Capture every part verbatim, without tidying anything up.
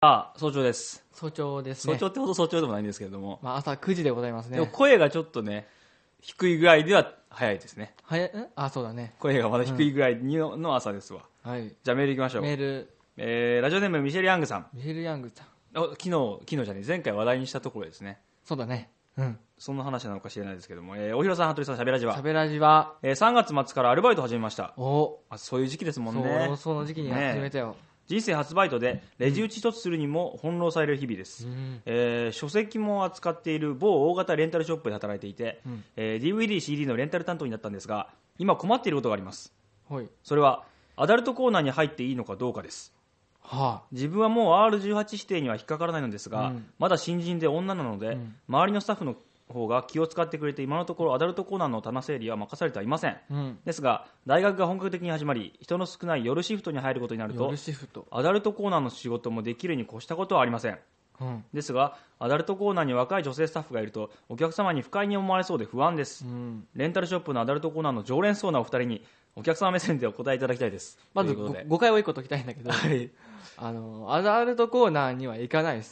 あ、早朝です。 早朝ですね。 早朝ってほど早朝でもないんですけれども、 まあ、朝くじでございますね。 でも声がちょっとね、低いぐらいでは早いですね。 早い、んあ、そうだね。 声がまだ低いぐらいの,、の朝ですわ。 はい。 じゃあメールいきましょう。 メール、 えー、ラジオネームミシェル・ヤングさん。 ミシェル・ヤングさん。 あ昨日、昨日じゃね前回話題にしたところですね。 そうだね。うん。 そんな話なのか知れないですけども、えー、大広さん、羽鳥さん、しゃべらじは。 しゃべらじは、 えー、さんがつ末からアルバイトを始めました。 おあ、そういう時期ですもんそね。 う、その時期に始めたよ。 人生初バイトでレジ打ち一つするにも翻弄される日々です、 うんえー書籍も扱っている某大型レンタルショップで働いていて、 うんえー ディーブイディー、シーディー のレンタル担当になったんですが、今困っていることがあります。 はい。 それはアダルトコーナーに入っていいのかどうかです。 はあ。 自分はもう アールじゅうはち 指定には引っかからないのですが、 うんまだ新人で女なので、 うん周りのスタッフの方が気を使ってくれて、今のところアダルトコーナーの棚整理は任されてはいません、 うん。 ですが大学が本格的に始まり、人の少ない夜シフトに入ることになると夜シフト。 アダルトコーナーの仕事もできるに越したことはありません。 うん。 ですがアダルトコーナーに若い女性スタッフがいるとお客様に不快に思われそうで不安です、 うん、 レンタルショップのアダルトコーナーの常連そうなお二人にお客様目線でお答えいただきたいです。 まずということでご誤解を一個解きたいんだけど、 はい、 あの、アダルトコーナーには行かないです。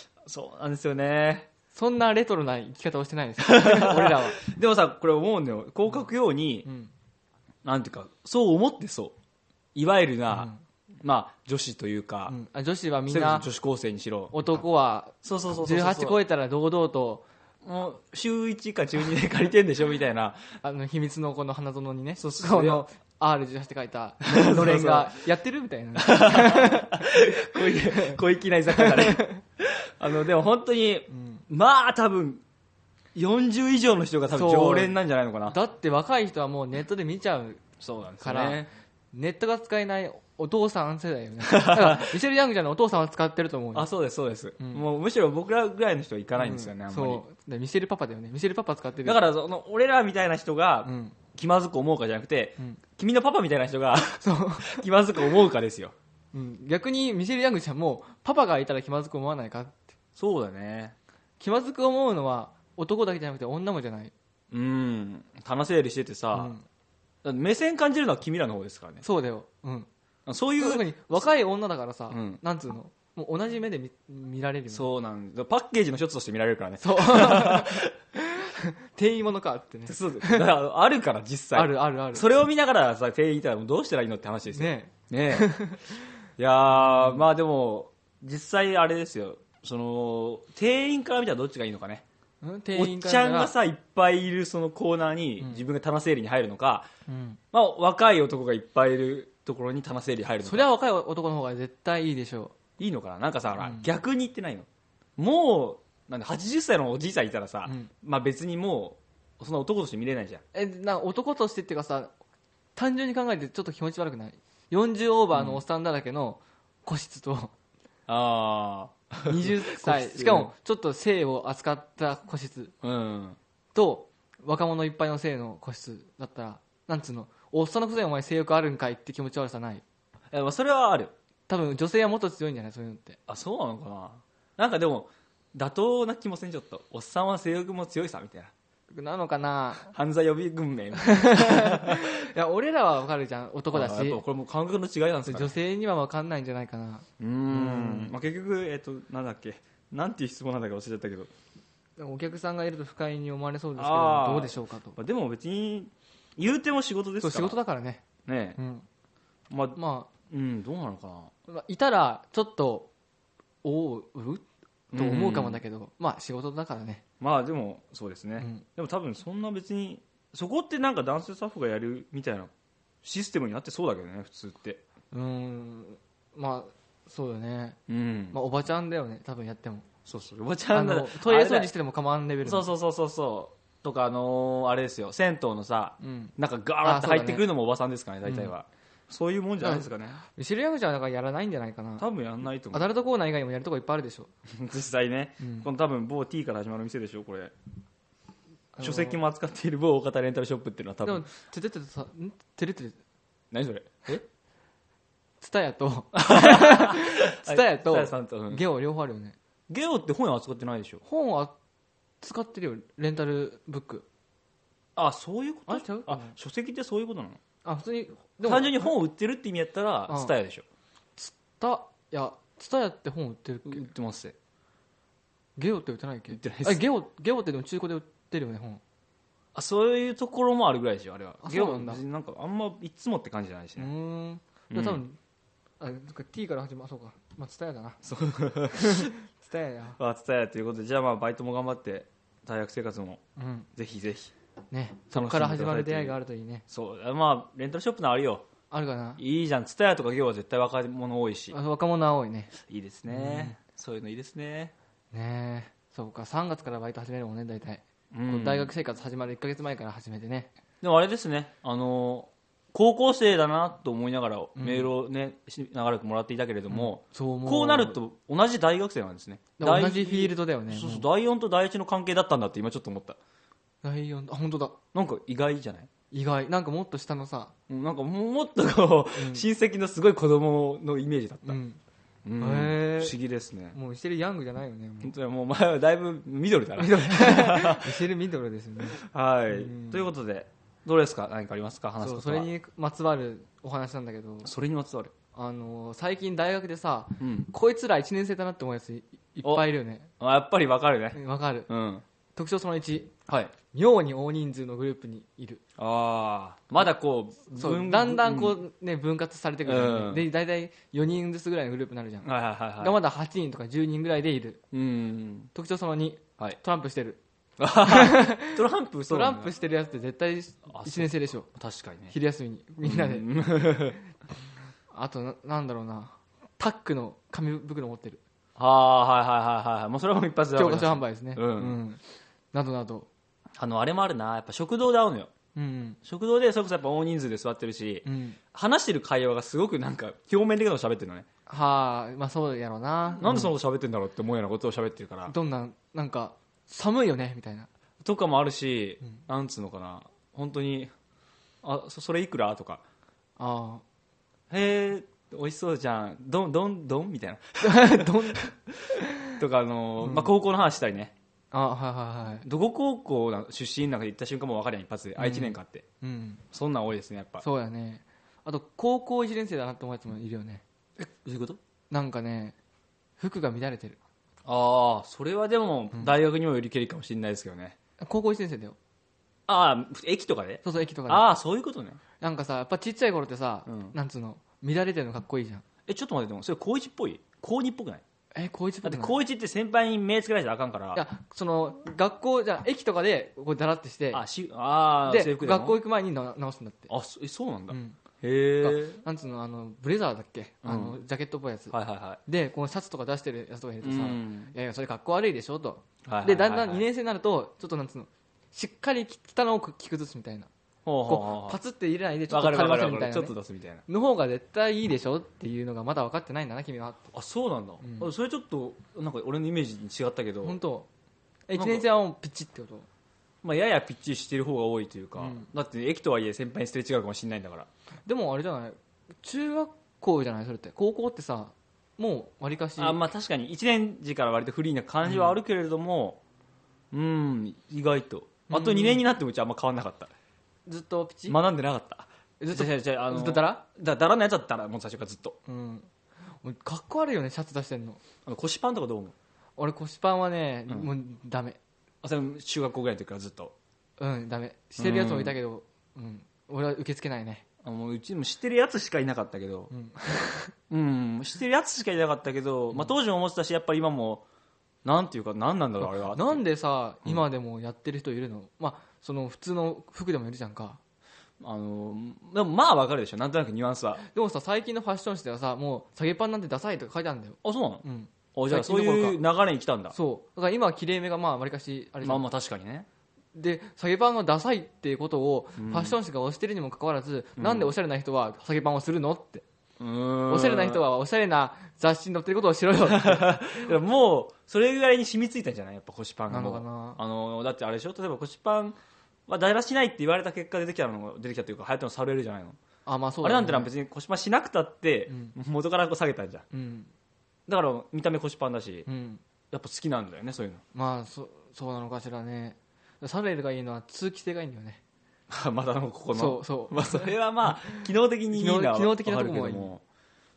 そうなんですよね。 そんなレトロな生き方をしてないです俺らは。 でもさ、これ思うんだよ、こう書くように、 うん。 なんていうかそう思ってそう、いわゆるな、 うんまあ女子というか、 うん、あ女子はみんそれこそな女子高生にしろ、 男はそうそうそうそうそうじゅうはち超えたら堂々ともう週いちか中にで借りてんでしょみたいなあの秘密のこの花園にね、 そうそうそうこの アールじゅうはち って書いたのれんがやってるみたいな小粋小粋な居酒屋だねあのでも本当に、 んまあ多分よんじゅう以上の人が多分そう常連なんじゃないのかな。 だって若い人はもうネットで見ちゃうそうなんですよからね。 ネットが使えないお父さん世代よねだからミシェル・ヤングちゃんのお父さんは使ってると思うよ。 あ、そうですそうです、 うんもうむしろ僕らぐらいの人は行かないんですよね、 うんあんまり。 そうでミシェルパパだよね。ミシェルパパ使ってるだからその俺らみたいな人がうん気まずく思うかじゃなくて、 うん君のパパみたいな人がそう、 気まずく思うかですよ。 うん、逆にミシェル・ヤングちゃんもパパがいたら気まずく思わないかって。 そうだね。 気まずく思うのは男だけじゃなくて女もじゃない。 うん、棚整理しててさ、 うんだって目線感じるのは君らの方ですからね。 そうだよ、うん、 そういう特に若い女だからさ、 うんなんつうの、もう同じ目で 見, 見られるよね。 そうなんだ、パッケージの一つとして見られるからね。 そう店員ものかってね。 そうだからあるから実際あるあるある。 それを見ながらさ、店員いたらもうどうしたらいいのって話ですよねねえいやー、まあでも実際あれですよ、その店員から見たらどっちがいいのかね。 うん、 お店員っちから見たらゃんがさいっぱいいるそのコーナーにうん自分が棚整理に入るのか、 うん、 まあ、若い男がいっぱいいるところに棚整理入るのか、 それは若い男の方が絶対いいでしょいいのかな。なんかさ、ほらうん逆に言ってないの、もうなんだはちじゅっさいのおじいさんいたらさ、 うんまあ、別にもうそんな男として見れないじゃん。 う。えな男としてっていうかさ、単純に考えてちょっと気持ち悪くない？よんじゅうオーバーのおっさんだらけの個室と、 あはたち個室しかもちょっと性を扱った個室あ、うんと若者いっぱいの性の個室だったら、なんつうの、おっさんのくせにお前性欲あるんかいって気持ち悪さない？ え、まあ、それはある。 多分女性はもっと強いんじゃない、そういうのって。 あ、そうなのかな。なんかでも妥当な気もせん、ちょっとおっさんは性欲も強いさみたいな、 なのかな。 犯罪予備軍名みたいないや俺らはわかるじゃん、男だし。 あやっぱこれも感覚の違いなんですかね。 女性にはわかんないんじゃないかな。 うーん、まあ、結局、えっと、なんだっけ、なんていう質問なんだか忘れちゃったけど、 でもお客さんがいると不快に思われそうですけあーどどうでしょうかと。 まあ、でも別に言うても仕事ですからそう仕事だからね。 ねえ、 うん、 まあ、 まうんどうなのかな。 あまあいたらちょっとおううと思うかもだけど、まあ仕事だからね。 まあでもそうですね、 うんでも多分そんな別にそこってなんか男性スタッフがやるみたいなシステムになってそうだけどね、普通って。 うーん、まあそうだね。 うん、 まあおばちゃんだよね、多分やっても。 そうそう、おばちゃんだあのトイレ掃除してても構わんレベルの。 そうそうそうそうそうとか、あのーあれですよ、銭湯のさ、 うん、 なんかガーってあそうだね入ってくるのもおばさんですかね、大体は、そういうもんじゃないですかね。 ミシェル・ヤングちゃんはだからやらないんじゃないかな。 多分やんないと思うアダルトコーナー以外にもやるとこいっぱいあるでしょ。 実際ね、 うんこの多分某 T から始まる店でしょこれ。 あのー書籍も扱っている某大型レンタルショップっていうのは多分でもててててさんてれてれ何それ、えツタヤとツタヤとツタヤさんと、うんゲオ両方あるよね。 ゲオって本扱ってないでしょ。 本は使ってるよ、レンタルブック。 あ、そういうことあちゃうあ、書籍ってそういうことなの。 あ普通にでも単純に本を売ってるって意味やったらうんツタヤでしょ。 ツタヤツタヤって本売ってるっ売け？ ってます。 ゲオって売ってないっけ？ 売ってないですあゲオゲオってでも中古で売ってるよね本。 あ、そういうところもあるぐらいですよ、あれは。 あゲオそうなんだ別になんかあんまいつもって感じじゃないしうーね。 ん。じゃあ多分、あそっか T から始まるそうか。まあツタヤだな。 そうツタヤや。 まあ、伝えということで、じゃあまあバイトも頑張って大学生活もうん。 ぜひぜひ。 ね。そこから始まる出会いがあるといいね。 そうまあレンタルショップのあるよ。 あるかな。 いいじゃん。ツタヤとかゲオは絶対若者多いし、 あ若者は多いね。 いいですね、そういうのいいですね。 ねえ。そうかさんがつからバイト始めるもんね大体。 うんこう大学生活始まるいっかげつまえから始めてね。 でもあれですね、あの高校生だなと思いながらメールをね、し長らくもらっていたけれども、 そう思う。 こうなると同じ大学生なんですね。 同じフィールドだよね。 そうそう、 もうだいよんとだいいちの関係だったんだって今ちょっと思った。 だいよんあ本当だ。 なんか意外じゃない？ 意外なんかもっと下のさ。 うんなんかもっとこう、 うん親戚のすごい子供のイメージだった、 うん。 うんへー不思議ですね。 もうミシェル・ヤングじゃないよね。もう本当にもう前はだいぶミドルだな。 ミシェル・ミドルですよね。 はい、 うんということでどうですか、何かありますか、話すことは。 そうそれにまつわるお話なんだけど、 それにまつわる、 あのー最近大学でさ、 うん、 こいつらいちねん生だなって思うやついいっぱいいるよね。 あやっぱりわかるね。 わかる。 うん特徴そのいち、 はい。 妙に大人数のグループにいる。 ああまだこうそう分だんだんこうんう、ね、分割されてくるよね、 うんで大体よにんずつぐらいのグループになるじゃん、 はいはいはいはいがまだはちにんとかじゅうにんぐらいでいる。 うん特徴そのに、 はいトランプしてる。 トランプそトラうなんだンプしてるやつって絶対いちねん生でしょ。 確かにね昼休みにみんなで、 うんあとななんだろうな、タックの紙袋持ってる。 ああはいはいはいはいもうそれはもう一発で教科わかります。 書販売ですね、 うんなどなど。 あのあれもあるな、やっぱ食堂で会うのよ。 うん食堂でそれこそやっぱ大人数で座ってるし、 うん、 話してる会話がすごくなんか表面的なの喋ってるのね、 はあまあそうやろうな。 なんでそのこと喋ってんだろうって思うようなことを喋ってるから、 どんななんか寒いよねみたいな。 とかもあるし、 うんなんつうのかな、本当にあ そ, それいくらとか、 あへえ美味しそうじゃん、どんどんどんみたいなあどんとか、あのーうんまあ、高校の話したりね、 あはいはいはい。 どこ高校な出身なんか言った瞬間も分かるやん一発で、あいちねんかってうんそんなん多いですねやっぱ。 そうやね。あと高校いちねん生だなって思うやつもいるよね。 どういうこと？ なんかね服が乱れてる。 ああそれはでも大学にもよりけりかもしれないですけどね、 高校いちねん生だよ。 ああ駅とかで、 そうそう駅とかで。 ああそういうことね。 なんかさやっぱちっちゃい頃ってさ、 うんなんつうの乱れてるのかっこいいじゃん。 えちょっと待って、でもそれ高一っぽい、高二っぽくない？ え高一っぽくない？ だって高一って先輩に目つけられちゃあかんからいやその学校じゃあ駅とかでこうだらってしてあしあで制服でも学校行く前にな直すんだって。 あそえそうなんだ、 うんへえなんつうのあのブレザーだっけ、 うんあのジャケットっぽいやつ、 はいはいはでこのシャツとか出してるやつとかいるとい、 さ、 うんいやいやそれかっこ悪いでしょと、 はいはいはいはいでだんだんにねん生になるとちょっとなんつうのしっかり着たのを着崩すみたいな、 ほうほうほこううパツって入れないでちょわかるっと軽わかるわかる、 ませるみたいな、ねちょっと出すみたいな。 の方が絶対いいでしょっていうのがまだ分かってないんだな君はって。 あそうなんだ、 うんあそれちょっとなんか俺のイメージに違ったけど、 本当かいちねん生はもうピッチってこと。 まあ、ややピッチリしてる方が多いというか、 うんだって駅とはいえ先輩にすれ違うかもしれないんだから。 でもあれじゃない、中学校じゃないそれって。高校ってさもうわりかしあまあ確かにいちねん時から割とフリーな感じはあるけれども、うん、意外とあとにねんになってもうちあんま変わんなかった、 ずっとピッチ、 学んでなかったずっと違う違う違うあのずっとだらだだらのやつだったらもう最初からずっとうんかっこ悪いよねシャツ出してんの。 あの腰パンとかどう思う？ 俺腰パンはね、 うんもうダメ。 あそれ中学校ぐらいの時からずっとうんダメしてるやつもいたけど、うん俺は受け付けないね。 あもううちも知ってるやつしかいなかったけどう、んうん、知ってるやつしかいなかったけど、まあ、当時も思ってたしやっぱり今もなんていうか何なんだろうあれは。 なんでさうん今でもやってる人いるの、まあその普通の服でもいるじゃんか。 あのでもまあわかるでしょなんとなくニュアンスは。 でもさ最近のファッション誌ではさもう下げパンなんてダサいとか書いてあるんだよ。 あそうなの？ うんあじゃあそう最近どころいう流れに来たんだ。 そうだから今はきれいめがまあわりかしあれじゃん、 まあまあ確かにね。 で下げパンがダサいっていうことをうんファッション誌が推してるにもかかわらず、 うんなんでおしゃれな人は下げパンをするのって、 うーんおしゃれな人はおしゃれな雑誌に載ってることをしろよってだからもうそれぐらいに染みついたんじゃないやっぱ腰パンがもうなのかな。 あのだってあれでしょ例えば腰パンはだらしないって言われた結果出てきたのが出てきたというか流行ったのサルエルじゃないの、 あまあそうあれだねなんてのは別に腰パンしなくたってうん元からこう下げたんじゃん。 うんだから見た目腰パンだしうんやっぱ好きなんだよねそういうまあそそうなのかしらね。サルエルがいいのは通気性がいいんだよね。 のまたのここのそうそうまあそれはまあ機能的にいいのは機能機能的なわかるとこもいいけども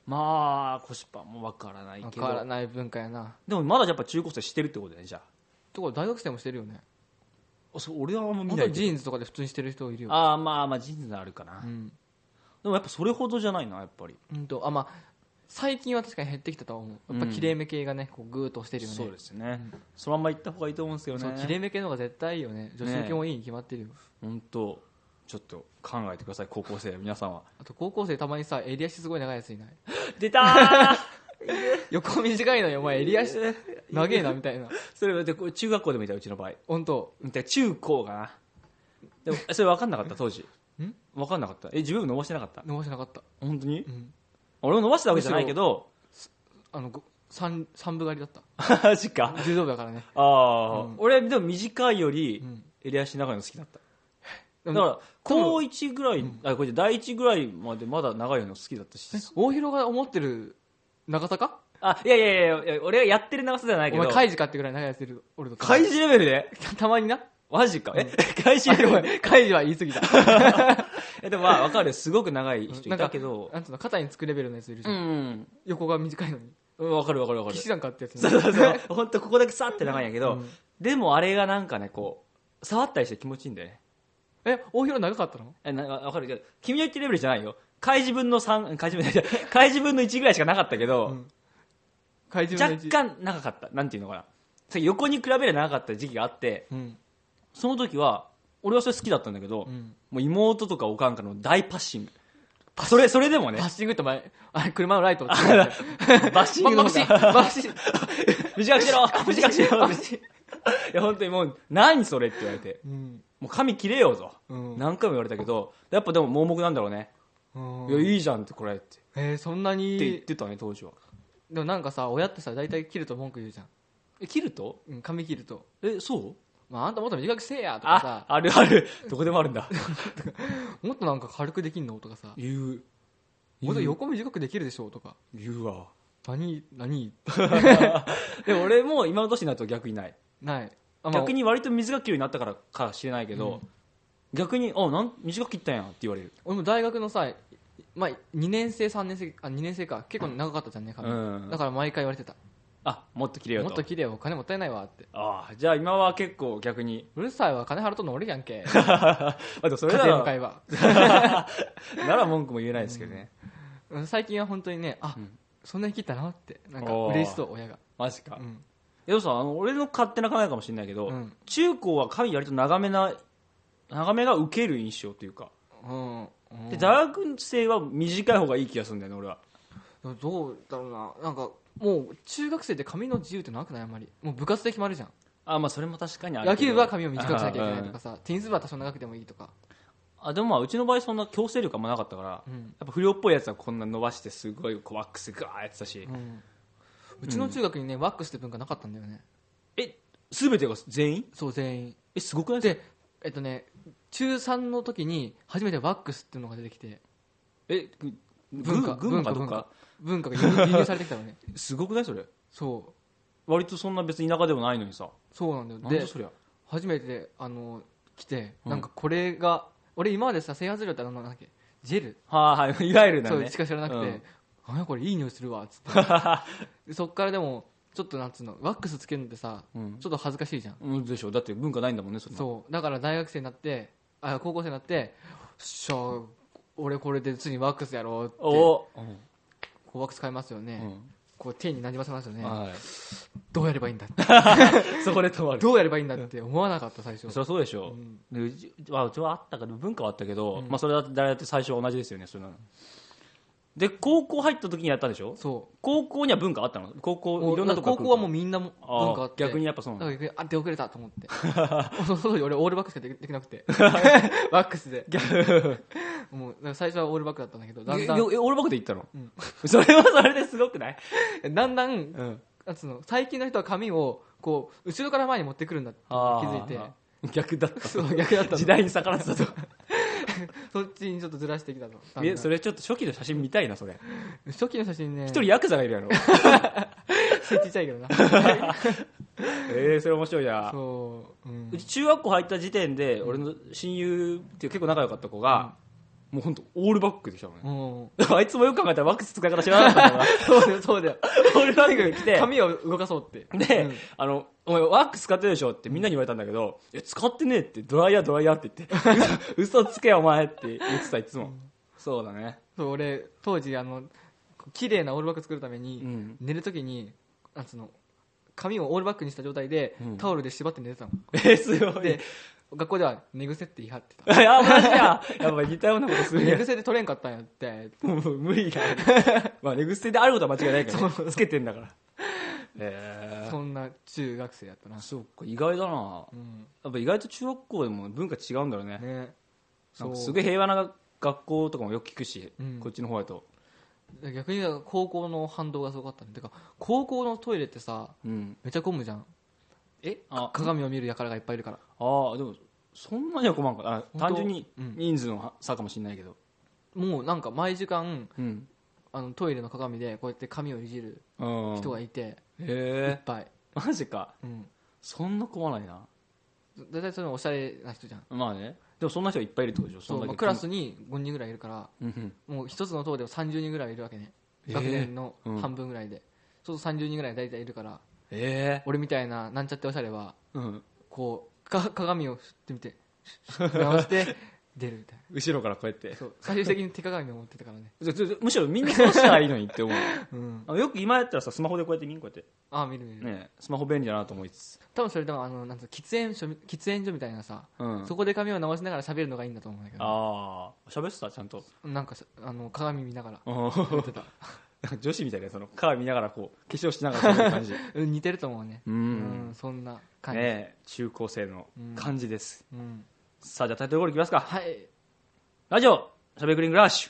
まあコシパンもわからないけどわからない文化やな。 でもまだやっぱ中高生してるってことだねじゃところ大学生もしてるよね。 あそう俺はあんま見本当にないけどジーンズとかで普通にしてる人いるよ。 ああまあまあジーンズあるかな、 うん。 でもやっぱそれほどじゃないなやっぱりうんとあまあ最近は確かに減ってきたとは思う。やっぱきれいめ系がねこうグーッとしてるよね。 そうですね、そのまんま行った方がいいと思うんですけどねそうきれいめ系の方が絶対いいよね。女子受けもいいに決まってるよ。 本当ちょっと考えてください高校生皆さんはあと高校生たまにさ襟足すごい長いやついない？ 出たー横短いのよお前襟足長えなみたいな。 それでこれ中学校でもいたうちの場合本当。 で中高かなでもそれ分かんなかった当時ん分かんなかったえ自分伸ばしてなかった伸ばしてなかった。 本当に、 うん。 俺も伸ばしたわけじゃないけどあのご三三部狩りだっマジかた。柔道部だからね。 ああ、 うん俺でも短いよりうん襟足長いの好きだっただだから高いちぐらい、あこれだいいちぐらいまでまだ長いの好きだったし大広が思ってる長さか？ あいやいやいやいや俺がやってる長さじゃないけどお前カイジかってぐらい長いやついる俺とか。 開示レベルでたまにな。 マジか、え開示レベルでカイジは言い過ぎた。 えでもまあ分かるすごく長い人いなんかたけどなんつうの肩につくレベルのやついるじうゃん。 ん横が短いのに。 うん分かる分かる分かる騎士団かってやつね。 そうそうそう本当ここだけさって長いんやけど、 うんでもあれがなんかねこう触ったりして気持ちいいんだよねえ大広長かったの？ えな分かるけど君の言ってるレベルじゃないよ開示分のさん開示分開示分のいちぐらいしかなかったけど、 うん怪獣の若干長かったなんていうのかなそれ横に比べれば長かった時期があってうんその時は俺はそれ好きだったんだけど、 うんもう妹とかおかんからの大パッシングそれそれでもねパッシングって前あれ車のライトをバッシングのバ方ッシンがバッシン短くしろ短くしろバッシンいや本当にもう何それって言われてうんもう髪切れようと、 うん何回も言われたけどやっぱでも盲目なんだろうね、 うんいやいいじゃんってこれってってえーそんなに言ってたね当時はでもなんかさ親ってさ大体切ると文句言うじゃん。 え切るとうん髪切るとえそうまああんたもっと短くせえやとかあさあるあるどこでもあるんだもっとなんか軽くできんのとかさ言うもっと横短くできるでしょとか言うわ何何でも俺も今の年になると逆にないないあ、まあ逆に割と水が切るようになったからかもしれないけど、 うん逆にあなん短く切ったんやって言われる俺も大学のさ、まあ、にねん生さんねん生あにねん生か結構長かったじゃんね髪、 うんだから毎回言われてたあもっと切れよともっと綺麗よ金もったいないわって。 ああじゃあ今は結構逆にうるさいわ金払っとんの俺やんけあでもそれ家なら庭の会話なら文句も言えないですけどね、 うん最近は本当にねあ、 うんそんなに切ったのってなんかおー嬉しそう親が。 マジか、 うんでもさあの俺の勝手な考えかもしれないけど、 うん中高は髪割と長めな長めが受ける印象というか、 うんうんで大学生は短い方がいい気がするんだよね俺は。 どうだろうななんかもう中学生って髪の自由ってなくないあんまりもう部活で決まるじゃん。 あまあそれも確かにあるけど野球部は髪を短くしなきゃいけないとかあさテニス部は多少長くてもいいとか。 あでもまあうちの場合そんな強制力あんまなかったから、やうんっぱ不良っぽいやつはこんな伸ばしてすごいこうワックスガーやってたし、 うんうちの中学にねワックスって文化なかったんだよね。 え全てが全員そう全員えすごくないでえっとね中さんの時に初めてワックスっていうのが出てきてえぐ文化群馬かどっか文化が輸入輸入されてきたのねすごくないそれそう割とそんな別に田舎でもないのにさそうなんだよでなんでそりゃ初めてあの来てうんなんかこれが、俺今までさ整髪料ってあのなんだっけジェルはいはいいわゆるなねそうしか知らなくて、 うんあれこれいい匂いするわっつってでそっからでもちょっとなんつうのワックスつけるのってさ、 うんちょっと恥ずかしいじゃん。 うんでしょだって文化ないんだもんねそんなそうだから大学生になってあ高校生になってよっしゃ俺これでついにワックスやろうっておこお、うんうワックス買いますよね、こう手になじませますよね、 はいどうやればいいんだってそこで止まるどうやればいいんだって思わなかった最初。 そりゃそうでしょ、 うんでうちあうちはあったから文化はあったけど、 うんまあ、それは誰だって最初は同じですよねそれなので高校入った時にやったでしょそ高校には文化あったの高う校もいうろんなとこ高校はもうみんなもあ文化あって逆にやっぱそうなのだからあ出遅れたと思ってそうそう俺オールバックしかできできなくてワックスでもうだから最初はオールバックだったんだけどだんだんええオールバックで行ったの、 うんそれはそれですごくない、 だんだんうん、 なんつうの最近の人は髪をこう後ろから前に持ってくるんだって気づいて逆だったそう逆だったの時代に逆らってたとそっちにちょっとずらしてきたとだんだんえそれちょっと初期の写真見たいなそれ初期の写真ね一人ヤクザがいるやろ背ちっちゃいけどなえー、それ面白いなそう、うんうち中学校入った時点で俺の親友っていう結構仲良かった子が、 もうほんとオールバックで来たのね。 うん。 あいつもよく考えたらワックス使い方知らなかったからそうだよ、そうだよ。 オールバックで来て髪を動かそうって。 で、 うんあのお前ワックス使ってるでしょってみんなに言われたんだけど、いや使ってねえってドライヤードライヤーって言って嘘嘘つけよお前って言ってたいつも、うん、そうだね。 そう俺当時あの綺麗なオールバック作るために、 うん、寝るときになんつうの髪をオールバックにした状態で、うん、タオルで縛って寝てたの。 えー、すごい。 で学校では寝癖って言い張ってた。 いやマジややっぱ似たようなことする。 寝癖で取れんかったんやってもう無理だまあ寝癖であることは間違いないから、ね、つけてんだからえー、 そんな中学生やったな。 そうか意外だな、うん、やっぱ意外と中学校でも文化違うんだろう ね, ねなんかすごい平和な学校とかもよく聞くし、うん、こっちの方やと逆に高校の反動がすごかったね。てか高校のトイレってさ、うん、めちゃ混むじゃん。えあ鏡を見る輩がいっぱいいるから。 ああでもそんなには困んかあ単純に人数の差かもしれないけど、 うん、もうなんか毎時間、うん、あのトイレの鏡でこうやって髪をいじる人がいて、うん、いっぱい。 マジか、うん、そんな困らないな。 だいたいそのおしゃれな人じゃん。 まあね。でもそんな人がいっぱいいるってことでしょ。 そう、 そんまあ、クラスにごにんぐらいいるから、うん、もう一つの棟でもさんじゅうにんぐらいいるわけね、えー、学年の半分ぐらいで、うん、そうさんじゅうにんぐらい大体いるから、えー、俺みたいななんちゃっておしゃれは、うん、こうか鏡を振ってみて直して出るみたいな。 後ろからこうやってそう最終的に手鏡を持ってたからねむしろみんなそうしたらいいのにって思う、うん、よく今やったらさスマホでこうやって見んこうやってあ見る見る、 ね、スマホ便利だなと思いつつ多分それでもあのなん喫煙所喫煙所みたいなさ、うん、そこで髪を直しながら喋るのがいいんだと思うんだけど、ね、 ああ喋ってたちゃんとなんかあの鏡見ながらやってた女子みたいなその鏡見ながらこう化粧しながら喋る感じ似てると思うね。うん、うん、そんな感じ、 ね、中高生の感じです、うんうん、さあじゃあタイトルコールいきますか。 はい。 ラジオしゃべくりングラッシュ。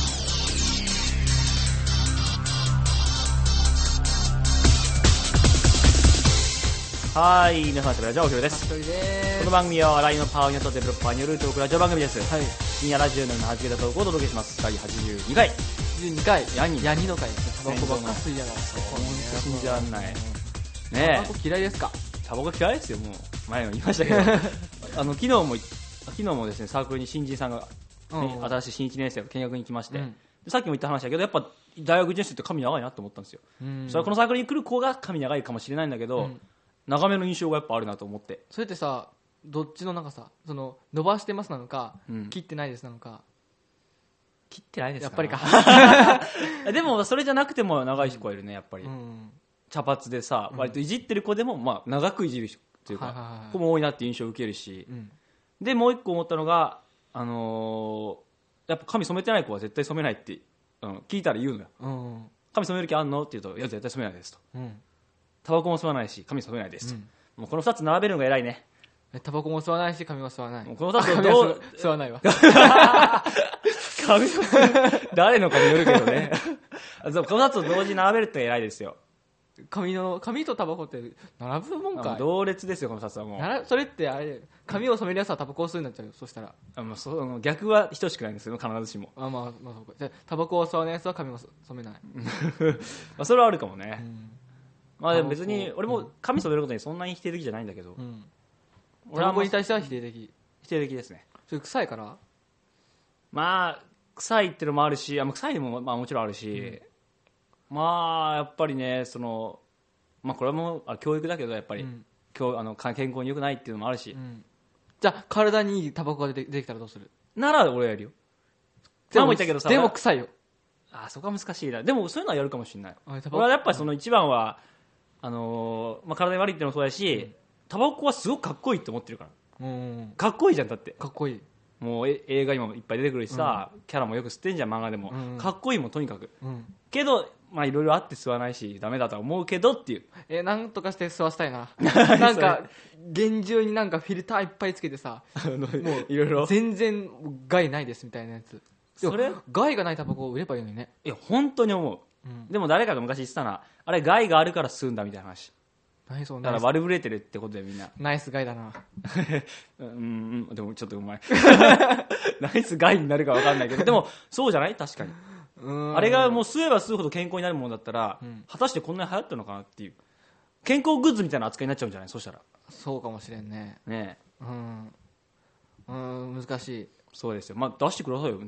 はい、皆さん、ラジオおひろです。この番組は笑いのパワーによってデベロッパーによるトークラジオ番組です。はい。深夜ラジオのようなはじけたトークをお届けします。だいはちじゅうにかい。はちじゅうにかい。ヤニ。ヤニの回。タバコばっか吸いやがる。ほんと信じらんない。ねえ。タバコ嫌いですか？ タバコ嫌いですよ、もう。前も言いましたけど。あの、昨日も、昨日もですね、サークルに新人さんが、ね、新しい新いちねん生が見学に来まして、うん、さっきも言った話だけどやっぱ大学いちねん生って髪長いなと思ったんですよ、うん、それはこのサークルに来る子が髪長いかもしれないんだけど、うん、長めの印象がやっぱあるなと思って。 それってさどっちのなんかさその伸ばしてますなのか、うん、切ってないですなのか。 切ってないですかやっぱりかでもそれじゃなくても長い子はいるねやっぱり、うん、茶髪でさ割といじってる子でも、まあ、長くいじるというか、はいはいはい、子も多いなっていう印象を受けるし、うん、でもう一個思ったのがあのー、やっぱ髪染めてない子は絶対染めないって、うん、聞いたら言うのよ、うん、髪染める気あんのって言うといや絶対染めないですと、うん、タバコも吸わないし髪染めないですと、うん、もうこのふたつ並べるのが偉いね。 タバコも吸わないし髪も吸わない。 もうこのふたつをどう吸わないわ髪も吸う誰のかによるけどねこのふたつを同時に並べるって偉いですよ。 髪の髪とタバコって並ぶもんか。 同列ですよこのふたつはもう。 それってあれ髪を染めるやつはタバコを吸うになっちゃうよ。そしたらあ、まあ、その逆は等しくないんですよ必ずしも。 あ、まあまあそうか。じゃあタバコを吸わないやつは髪も染めないまあそれはあるかもね、うん、まあでも別に俺も髪染めることにそんなに否定的じゃないんだけど、うん、 タバコに対しては否定的。 否定的ですね。 それ臭いから。 まあ臭いってのもあるし、あ臭いのもまあもちろんあるし、うん、まあやっぱりねそのまあこれもあ教育だけどやっぱり、うん、今日あの健康に良くないっていうのもあるし、うん、 じゃあ体にいいタバコが出てきたらどうする？ なら俺やるよ。 でも言ったけどさ、でも臭いよ。 あそこは難しいな。でもそういうのはやるかもしれない。俺はやっぱりその一番はあのーまあ、体に悪いってのもそうだし、うん、タバコはすごくかっこいいって思ってるから、うん、かっこいいじゃん。だってかっこいい。 もう映画にもいっぱい出てくるしさ、うん、キャラもよく吸ってんじゃん漫画でも、うん、かっこいいもんとにかく、うん、けどまあいろいろあって吸わないしダメだとは思うけどっていう。 えなんとかして吸わせたいななんか厳重になんかフィルターいっぱいつけてさもういろいろ全然害ないですみたいなやつ。それ害がないタバコを売ればいいのにね。 いや本当に思う、うん、でも誰かが昔言ってたな、あれ害があるから吸うんだみたいな話。 何そんなだから悪ぶれてるってことでみんなナイスガイだなうん、でもちょっとうまいナイスガイになるか分かんないけどでもそうじゃない確かに。うんあれがもう吸えば吸うほど健康になるものだったら、うん、果たしてこんなに流行ってるのかなっていう健康グッズみたいな扱いになっちゃうんじゃない。そしたらそうかもしれんね。 ねえ、 うん、うん難しい。 そうですよ。まあ出してくださいよね。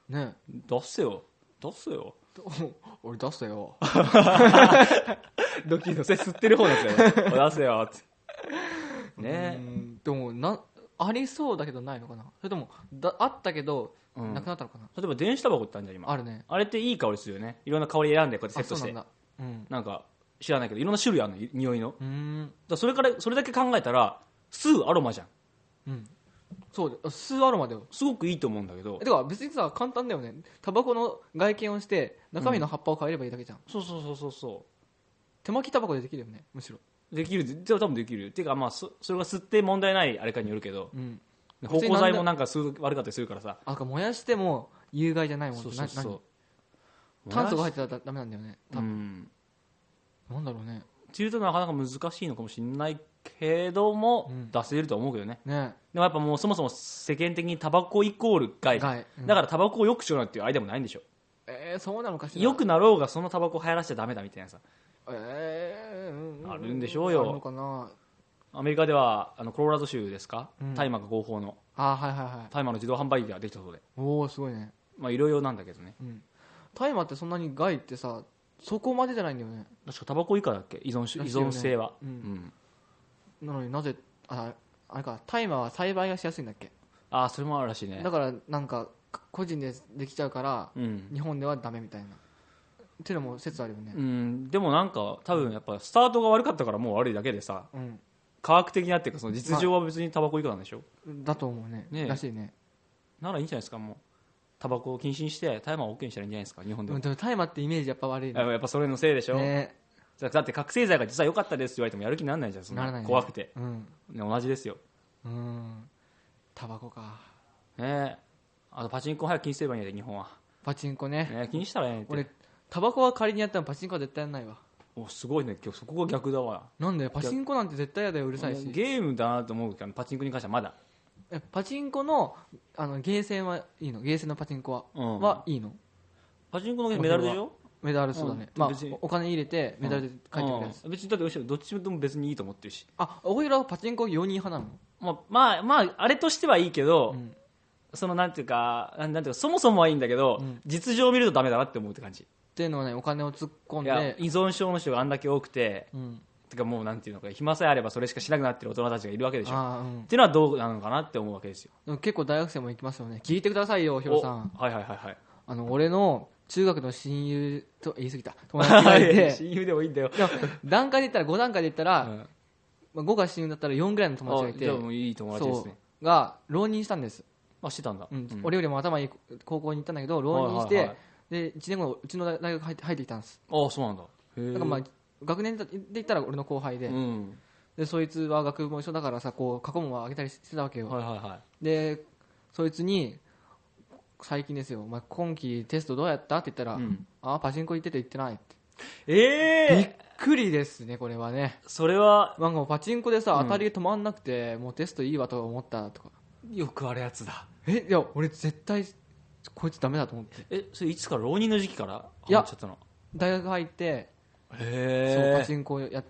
ね出せよ出せよ俺出せよドキのせ吸ってる方ですよ出せよってね。 でもなありそうだけどないのかな。それともだあったけど、うん、なくなったのかな。 例えば電子タバコってあるじゃん今。 あるね。 あれっていい香りするよね。いろんな香り選んでこうやってセットして。 そうなんだ、うん、 なんか知らないけどいろんな種類あるの匂いの。うん。だそれからそれだけ考えたら吸うアロマじゃん。 うん。そう吸うアロマだよ。 すごくいいと思うんだけど。 てか別にさ簡単だよね。タバコの外見をして中身の葉っぱを変えればいいだけじゃん。 うん、そうそうそうそうそう。 手巻きタバコでできるよねむしろ。 できるじゃあ多分できるっていうかまあ そ, それが吸って問題ないあれかによるけど、うん、芳香剤もなんか吸う悪かったりするからさあか燃やしても有害じゃないもん。そうそうそう炭素が入ってたらダメなんだよね多分、うん、なんだろうねっていうとなかなか難しいのかもしれないけども、うん、出せると思うけど ね, ねでもやっぱもうそもそも世間的にタバコイコール害、うん、だからタバコを良くしようなんていうアイデアもないんでしょ。 えー、そうなのかしら。 良くなろうがそのタバコを流行らしちゃダメだみたいなさえー、あるんでしょうよ。あるのかな。アメリカではあのコロラド州ですか、うん、大麻が合法のあ、はいはいはい、 大麻の自動販売機ができたそうで。 おおすごいね。 まあいろいろなんだけどね、うん、 大麻ってそんなに害ってさそこまでじゃないんだよね。 確かタバコ以下だっけ依存、ね、依存性は、 うんうん、なのになぜ あ, あれか大麻は栽培がしやすいんだっけ。 ああそれもあるらしいね。 だからなんか個人でできちゃうから、うん、日本ではダメみたいなっていうのも説あるよね。 うん、でもなんか多分やっぱスタートが悪かったからもう悪いだけでさ、うん、科学的なっていうかその実情は別にタバコ以下なんでしょ、 まあ、だと思う ね, ねらしいね。 ならいいんじゃないですか。もうタバコを禁止にして大麻を OK にしたらいいんじゃないですか日本でも。 でも大麻ってイメージやっぱ悪いね。 やっぱそれのせいでしょ、ね、だって覚醒剤が実は良かったですって言われてもやる気にならないじゃん。そんな怖くて、うん、ね、同じですよ。 うんタバコかね。あとパチンコ早く禁止すればいいんだよ日本は。 パチンコ ね, ね禁止したらええねんって。 俺タバコは仮にやったらパチンコは絶対やんないわ。 おすごいね今日そこが逆だわ。 なんでパチンコなんて絶対やだようるさいし。 ゲームだなと思うけどパチンコに関してはまだえパチンコ の, あのゲーセンはいいの。ゲーセンのパチンコ は,、うん、はいいの。 パチンコのメダルでしょ。 メダルそうだね、うんまあ、お金入れてメダルで帰ってくるやつ、 うん、別にだってどっちも別にいいと思ってるし。 あおいらはパチンコよにん派なの。 まあまあ、まあ、あれとしてはいいけど、うん、そのなんていうかなんていうかそもそもはいいんだけど、うん、実情を見るとダメだなって思うって感じ。 っていうのはねお金を突っ込んで依存症の人があんだけ多くて、うん、てかもうなんていうのか暇さえあればそれしかしなくなってる大人たちがいるわけでしょ、うん、っていうのはどうなのかなって思うわけですよ。 でも結構大学生も行きますよね。聞いてくださいよヒロさん。 はいはいはいはい。 あの俺の中学の親友と言い過ぎた友達がいて親友でもいいんだよ。 段階で言ったらご段階で言ったら、うんまあ、ごが親友だったらよんぐらいの友達がいて、 じゃあもういい友達ですね。 が浪人したんです。 あしてたんだ、 うんうん、俺よりも頭いい高校に行ったんだけど浪人して、はいはいはい、でいちねんごうちの大学入って入ってきたんです。 ああそうなんだ。 へえ。だからまあ学年で言ったら俺の後輩で、うん、でそいつは学部も一緒だからさこう過去問をあげたりしてたわけよ、はいはいはい、でそいつに最近ですよ、お前今期テストどうやったって言ったら、うん、あパチンコ行ってて行ってないって。えー、びっくりですねこれはね。 それはなんかパチンコでさ、うん、当たり止まんなくてもうテストいいわと思ったとか。 よくあるやつだ。 えいや俺絶対こいつダメだと思って。 えそれいつから浪人の時期から入っちゃったの。 大学入ってへそうパチンコやって、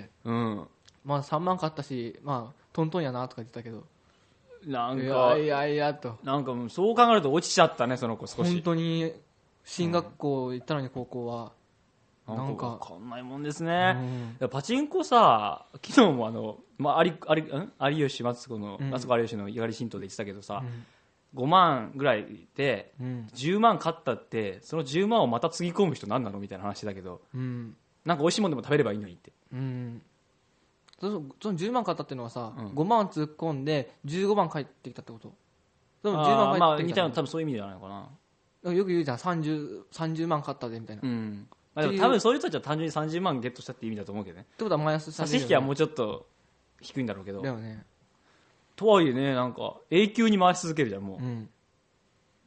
うん、まあさんまん買ったしまあトントンやなとか言ってたけどなんかいやいやいやとなんかそう考えると落ちちゃったねその子少し。 本当に進学校行ったのに高校は、 うん、なんか分かんないもんですね、うん、パチンコさ昨日もあの、まあ、有, 有, 有吉マツコの、うん、マツコ有吉の猪狩新党で言ってたけどさ、うん、ごまんぐらいでじゅうまん買ったってそのじゅうまんをまたつぎ込む人何なのみたいな話だけど、うん、なんか美味しいもんでも食べればいいのにって、うん、 そのじゅうまん買ったっていうのはさ、うん、ごまん突っ込んでじゅうごまん返ってきたってこと。 でもじゅうまん返ってきた、まあ、似たような多分そういう意味じゃないのかな。 よく言うじゃんさんじゅう、さんじゅうまん買ったでみたいな、うんまあ、でも多分そういう人たちは単純にさんじゅうまんゲットしたって意味だと思うけどね。 ってことはマイナス差し引きはもうちょっと低いんだろうけどだよね。 とはいえねなんか永久に回し続けるじゃんもう、うん、うん、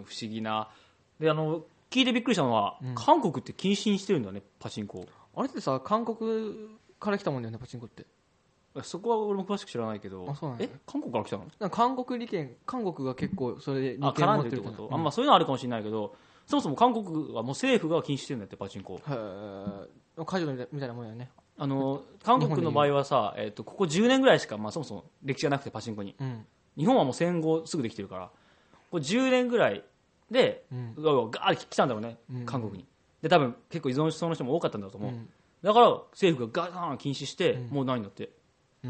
不思議な。であの聞いてびっくりしたのは、うん、韓国って禁止にしてるんだねパチンコ。 あれってさ韓国から来たもんだよねパチンコって。 そこは俺も詳しく知らないけど。あそうなんだ、ね、え韓国から来たの。 なんか韓国利権韓国が結構それで利権持ってるってこと、うん、あ、まあ、そういうのあるかもしれないけどそもそも韓国はもう政府が禁止してるんだってパチンコ。へえ解除みたいなもんやね。 あの韓国の場合はさ、えー、とここじゅうねんぐらいしか、まあ、そもそも歴史がなくてパチンコに、うん、日本はもう戦後すぐできてるからこれじゅうねんぐらいで、 うん、 ガーッ来たんだろうね、 うん、 韓国に。で多分結構依存しそうな人も多かったんだと思う、うん、だから政府がガーン禁止して、うん、もうないんだって、うん、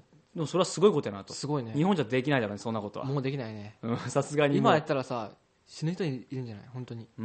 でもそれはすごいことやなと。 すごいね。 日本じゃできないだろうね、そんなことは。 もうできないね、 さすがに。 今やったらさ死ぬ人いるんじゃない本当に。 うん、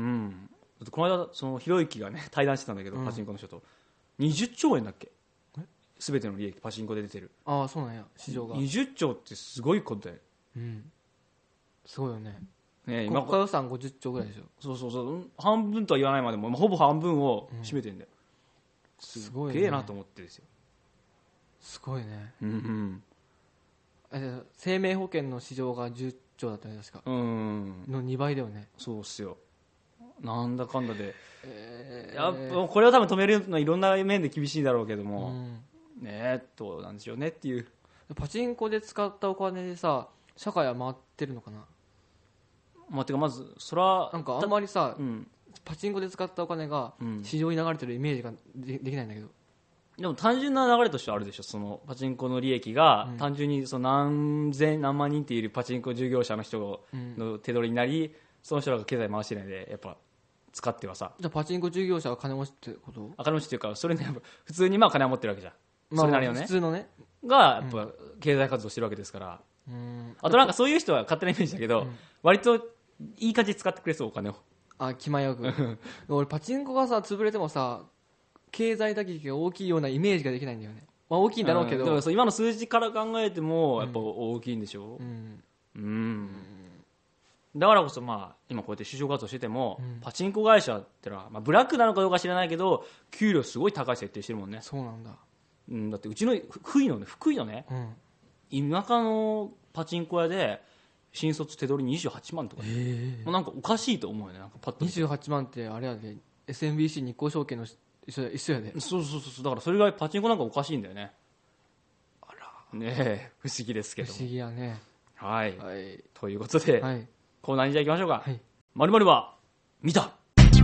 この間そのひろゆきがね対談してたんだけど、うん、パチンコの人とにじゅっちょうえんだっけ、全ての利益パチンコで出てる。 ああそうなんや、市場がにじゅっちょうってすごいことだよ、 うん、すごいよね。 ね、 今国家予算ごじゅっちょうぐらいでしょ。 そうそうそう、半分とは言わないまでも、まあ、ほぼ半分を占めてるんだよ、うん、すごいね、なと思ってですよ。 すごいね、 うんうん、生命保険の市場がじゅっちょうだったね確か、うんのにばいだよね。 そうっすよ、なんだかんだで、えー、やっぱこれを多分止めるのはいろんな面で厳しいだろうけども、うん、ねえどうなんでしょうねっていう。 パチンコで使ったお金でさ社会は回ってるのかな。 まあ、てかまずそれはなんかあんまりさ、うん、パチンコで使ったお金が市場に流れてるイメージが で, できないんだけど。 でも単純な流れとしてはあるでしょ。そのパチンコの利益が単純にその何千何万人っているパチンコ事業者の人の手取りになり、その人らが経済回してないでやっぱ使ってはさ。 じゃあパチンコ事業者は金持ちってこと？ あ、金持ちっていうかそれね普通にまあ金は持ってるわけじゃん、まあ、それなりのね普通のねがやっぱ経済活動してるわけですから、うん、あとなんかそういう人は勝手なイメージだけど、うん、割といい感じで使ってくれそうお金を。 あ、気前よく俺パチンコがさ潰れてもさ経済打撃が大きいようなイメージができないんだよね。まあ、大きいんだろうけど、うん、 でもそう今の数字から考えてもやっぱ大きいんでしょう、うんうん、だからこそまあ今こうやって就職活動してても、うん、パチンコ会社ってのは、まあ、ブラックなのかどうか知らないけど給料すごい高い設定してるもんね。 そうなんだ、 うん、だってうちの福井のね福井のね、うん、田舎のパチンコ屋で新卒手取りにじゅうはちまんとか、ね、もうなんかおかしいと思うよね。なんかパッとにじゅうはちまんってあれやで エスエムビーシー 日興証券の一緒, 一緒やで。 そうそうそう、だからそれぐらいパチンコなんかおかしいんだよね。あらねえ不思議ですけども。 不思議やね。 はい、はい、ということで、はい、コーナーにじゃあ行きましょうか。はい、〇〇は見た。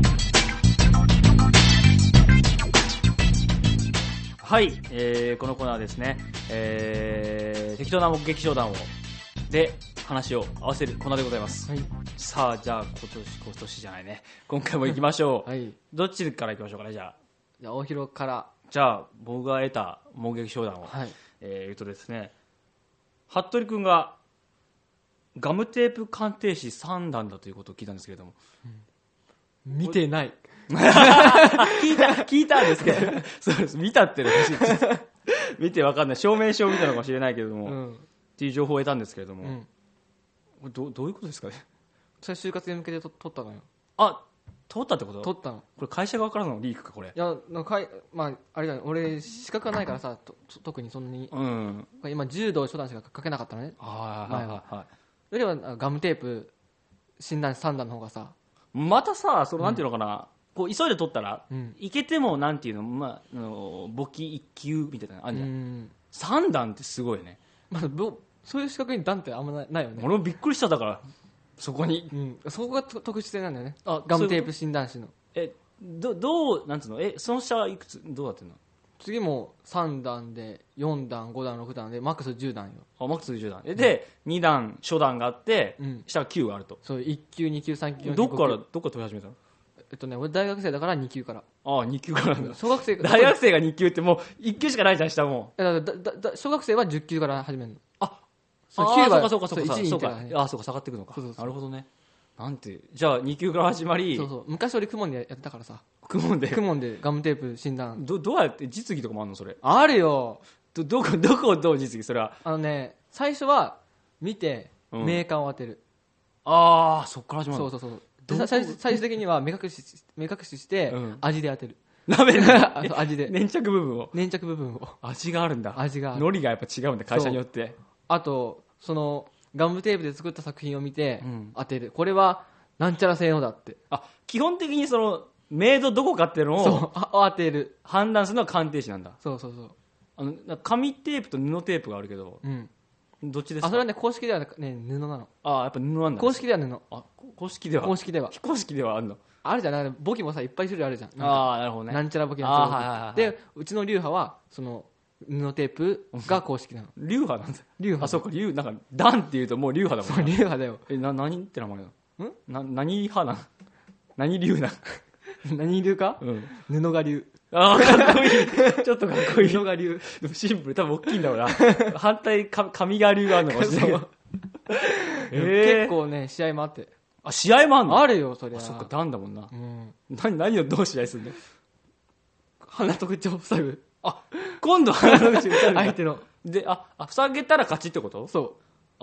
はい、えー、このコーナーですね、えー、適当な目撃商談をで話を合わせるコーナーでございます、はい、さあじゃあ今年今年じゃないね今回も行きましょう、はい、どっちから行きましょうかね。じゃあじゃあ大広から。 じゃあ僕が得た目撃商談を、はい、えー、言うとですね、服部君がガムテープ鑑定士さんだんだということを聞いたんですけれども、 うん、見てない聞いた聞いたんですけどそうです、見たってね見て分かんない、証明書を見たのかもしれないけれども、うん、っていう情報を得たんですけれども、うん、ど, どういうことですかね。 それ就活に向けてと取ったのよ。あ、 取ったってこと？ 取ったの。 これ会社側からのリークかこれ。いやなんか、まあ、あれだね、俺資格がないからさと特にそんなに、うん、今柔道初段しか書けなかったのね。あ、前は、はいはい、よりはガムテープ診断さんだんの方がさ、 またさそのなんていうのかな、うん、こう急いで取ったら、うん、いけてもなんていうの、まあ、あの簿記いっきゅうみたいなのあるじゃん、うん、さんだんってすごいよね。 まあ、そういう資格に段ってあんまないよね。 俺もびっくりした。だからそこに、 うん、そこが特殊性なんだよね。あ、ガムテープ診断士の。 え、どどうなんつうの、え、その下はいくつどうなってんの？ 次もさんだんでよんだんごだんろくだんでマックスじゅうだんよ。 あ、マックスじゅうだんで、うん、にだん初段があって、うん、下がきゅうがあると。 そういっきゅうにきゅうさんきゅうどっからどっから取り始めたの？ えっとね、俺大学生だからにきゅうから。 ああ、にきゅうからなんだ。 小学生大学生がにきゅうってもういっきゅうしかないじゃん下も。 だだだだ小学生はじゅっきゅうから始めるの。 あ、そうきゅうはそうかそうかそうかそうか、ね、あ、そうか下がっていくのか。そうそうそう、なるほどね。なんて、じゃあにきゅうから始まり、 そうそう、昔俺クモンでやってたからさ。 クモンでクモンでガムテープ診断。 どどうやって実技とかもあるのそれ？ あるよ。 どどこどこどう実技それは？ あのね、最初は見てメーカーを当てる。 うん、ああ、そっから始まる。 そうそうそう。で最最終的には目隠し目隠しして味で当てる。 なめる。 味で。 粘着部分を。 粘着部分を。 味があるんだ。 味がある。 海苔がやっぱ違うんだ会社によって。 あとそのガムテープで作った作品を見て当てる。うん、これはなんちゃら性能だって。 あ、基本的にそのメイドどこかっていうのをそう当てる判断するのは鑑定士なんだ。 そうそうそう。 あの紙テープと布テープがあるけど、うん、どっちですか？ あ、それはね公式ではね布なの。 あ、やっぱ布なんだ。 公式では布。 あ、公式では公式では非公式ではあるの。 あるじゃない、簿記もさいっぱい種類あるじゃん。 ああ、なるほどね。 なんちゃら簿記なんちゃら簿記、はいはいはい、でうちの流派はその布テープが公式なの。 流派なんだ。 流派。 あ、そうか、流なんか段っていうともう流派だもんね。 そう流派だよ。 え、な何って名前なの？ んな何派な何流な何流か、 うん、 布が流。 ああ、かっこいい。ちょっとかっこいい。 布が流。 でもシンプル。多分大きいんだろうな。反対、髪が流があるのかもしれない。 えー、結構ね、試合もあって。 あ、試合もあんの？ あるよ、そりゃ。 あ、そっか、ダンだもんな。 うん。 何、何をどう試合するの？ 鼻と口を塞ぐ。 あ、今度鼻と口を塞ぐ。 相手の。 で、あ、あ、塞げたら勝ちってこと？ そう。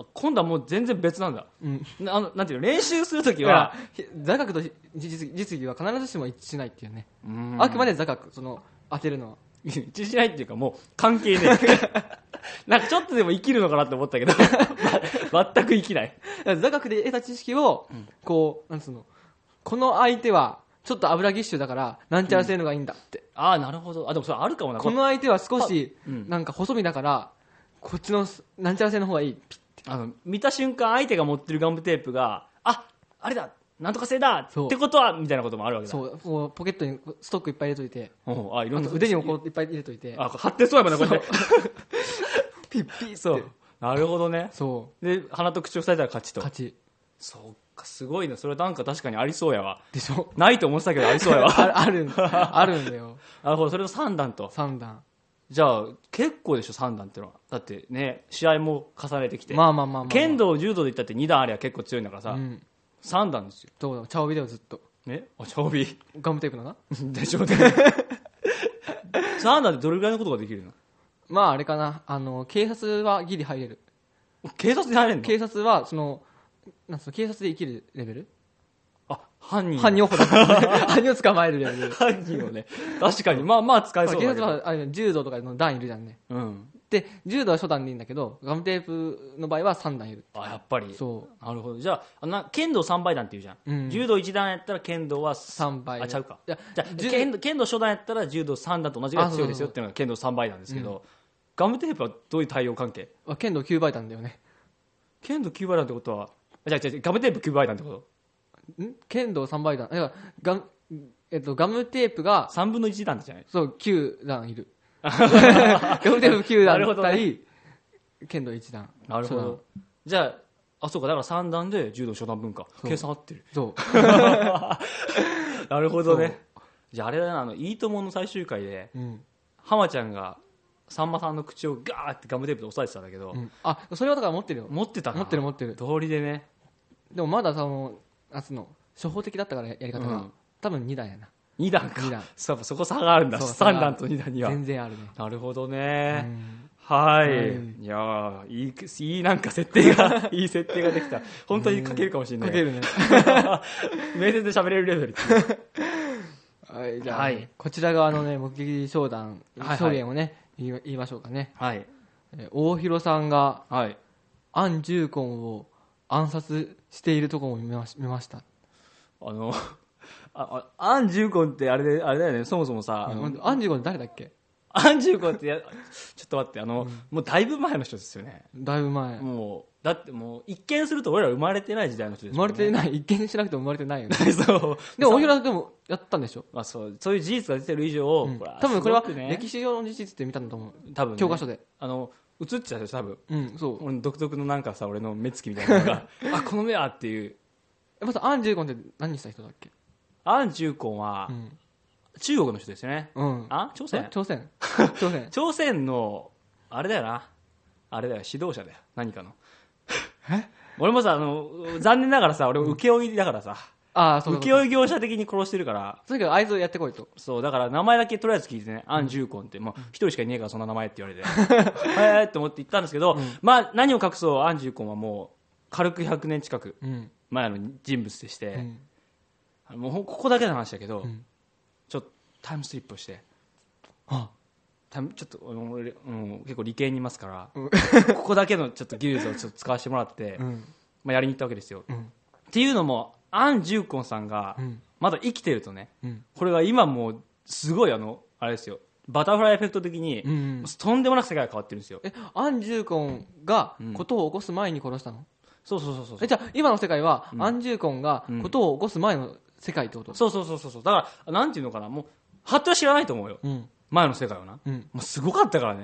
あ、今度はもう全然別なんだ。 うん。 な、あの、なんていうの、練習するときは、 座学と実技は必ずしも一致しないっていうね。うん。あくまで座学、その、当てるのは。 一致しないっていうかもう関係ねえ。なんかちょっとでも生きるのかなって思ったけど、ま、全く生きない。 座学で得た知識を、こう、なんつうの、この相手は、ちょっと油ぎっしゅだから、なんちゃらせるのがいいんだって。 うん、ああ、なるほど。あ、でもそれあるかもな。 この相手は少し、なんか細身だから、こっちの、なんちゃらせの方がいい。ピッて。 あの、見た瞬間相手が持ってるガムテープが、あ、あれだなんとか製だってことはみたいなこともあるわけだ。 そう、もうポケットにストックいっぱい入れといて、 あ、いろんな腕にもこういっぱい入れといて、 あ、貼ってそうやもんね、こうやって。 ピッピッって。 そう。なるほどね。 そう。 で、鼻と口を塞いだら勝ちと。 勝ち。 そうか、すごいね。それなんか確かにありそうやわ。 でしょ？ ないと思ってたけどありそうやわ。 あ, あるんだ。あるんだよ。 なるほど、それのさん段と。 さん段。 じゃあ、結構でしょ、さん段ってのは。だってね、試合も重ねてきて。 まあまあまあまあ、まあ。 剣道、柔道で言ったってに段あれば結構強いんだからさ。うん、さん段ですよ。 そうだ、茶帯だよ、ずっと。 ね、あ、茶帯。 ガムテープのな。 でしょうね。さん段ってどれぐらいのことができるの？ まああれかな、あの、警察はギリ入れる。 警察で入れるの？ 警察は、その、なんその警察で生きるレベル？ あ、犯人。 犯人を犯人を捕まえるレベル。 犯人をね。確かに、まあまあ使えそうだけど。 警察はあれ柔道とかの段いるじゃんね。うん。で、柔道は初段でいいんだけど、ガムテープの場合はさん段いる。 あ、やっぱり。 そう。 なるほど。じゃあ、な剣道さんばい段って言うじゃん。うん、柔道いち段やったら剣道はさんばい。 あ、ちゃうか。じゃあ剣道、剣道初段やったら柔道さん段と同じぐらい強いですよっていうのが剣道さんばいなんですけど、うん、ガムテープはどういう対応関係？ 剣道きゅうばい段だよね。 剣道きゅうばい段ってことは、じゃあ、ガムテープきゅうばい段ってことん剣道さんばい段。いやガム、えっと、ガムテープがさんぶんのいち段じゃない？ そう、きゅう段いる。ガムテープきゅう段対、ね、剣道いち段。 なるほど。じゃあ、あ、そうか、だからさん段で柔道初段分か。計算合ってる。 そう。 なるほどね。じゃあ、あれだな、あの、いいともの最終回で、うん、浜ちゃんが、さんまさんの口をガーってガムテープで押さえてたんだけど、うん、 あ、それはだから持ってるよ。 持ってたな。 持ってる持ってる。 通りでね。 でもまだその、あその、初歩的だったからやり方が、うん、多分に段やな。 に段か。に段。そ, そこ差があるんだ。さん段とに段には。 全然あるね。 なるほどね。うん、はい。はい、いやー、いい、いいなんか設定が、いい設定ができた。本当に書けるかもしれない。 書けるね。 面接で喋れるレベル。 はい、じゃあ、はい、こちら側のね、目撃商談、証言をね、言い、言いましょうかね。はい。えー、大広さんが、はい。アン・ジューコンを暗殺しているところも見まし、見ました。 あの、あ、あアン・ジューコンってあれで、あれだよね、そもそもさ、 あのアン・ジューコンって誰だっけ？ アン・ジューコンってや、ちょっと待って、あの、うん、もうだいぶ前の人ですよね。 だいぶ前。 もう、だってもう、一見すると俺ら生まれてない時代の人ですよね。 生まれてない、一見しなくても生まれてないよね。 そう。 でも、大広さんでもやったんでしょ？ まあそう、そういう事実が出てる以上、 うん、多分これは歴史上の事実って見たんだと思う。多分、ね、教科書で。 あの、映っちゃうでしょ、多分。 うん、そう。 俺独特のなんかさ、俺の目つきみたいなのが、あ、この目はっていう。 やっぱさ、アン・ジューコンって何した人だっけ？ アン・ジューコンは、うん、中国の人ですよね。うん。あ、朝鮮？ 朝鮮。朝鮮。 朝鮮の、あれだよな。あれだよ、指導者だよ。何かの。え？俺もさ、あの、残念ながらさ、俺請負だからさ。ああ、そうそう。請負業者的に殺してるから。 とにかくあいつをやってこいと。 そう、だから名前だけとりあえず聞いてね、アン・ジューコンって、もう一人しかいねえからそんな名前って言われて。はいって思って言ったんですけど、うん、まあ何を隠そう、アン・ジューコンはもう、軽くひゃくねん近く前の人物でして、うん、もうここだけの話だけど、うん、ちょっとタイムスリップをして、あタイムちょっと、俺、うん、結構理系にいますから、うん、ここだけのちょっと技術をちょっと使わせてもらって、うんまあ、やりに行ったわけですよ、うん、っていうのもアン・ジューコンさんがまだ生きてるとね、うん、これが今もうすごいあのあれですよ、バタフライエフェクト的に、うんうん、とんでもなく世界が変わってるんですよ。 え、アン・ジューコンがことを起こす前に殺したの？ そうそうそうそう。 え、じゃあ今の世界は、うん、アン・ジューコンがことを起こす前の世界ってこと？ そうそうそうそう。だからなんていうのかな、もうハットは知らないと思うよ、うん、前の世界はな、うん、もうすごかったからね。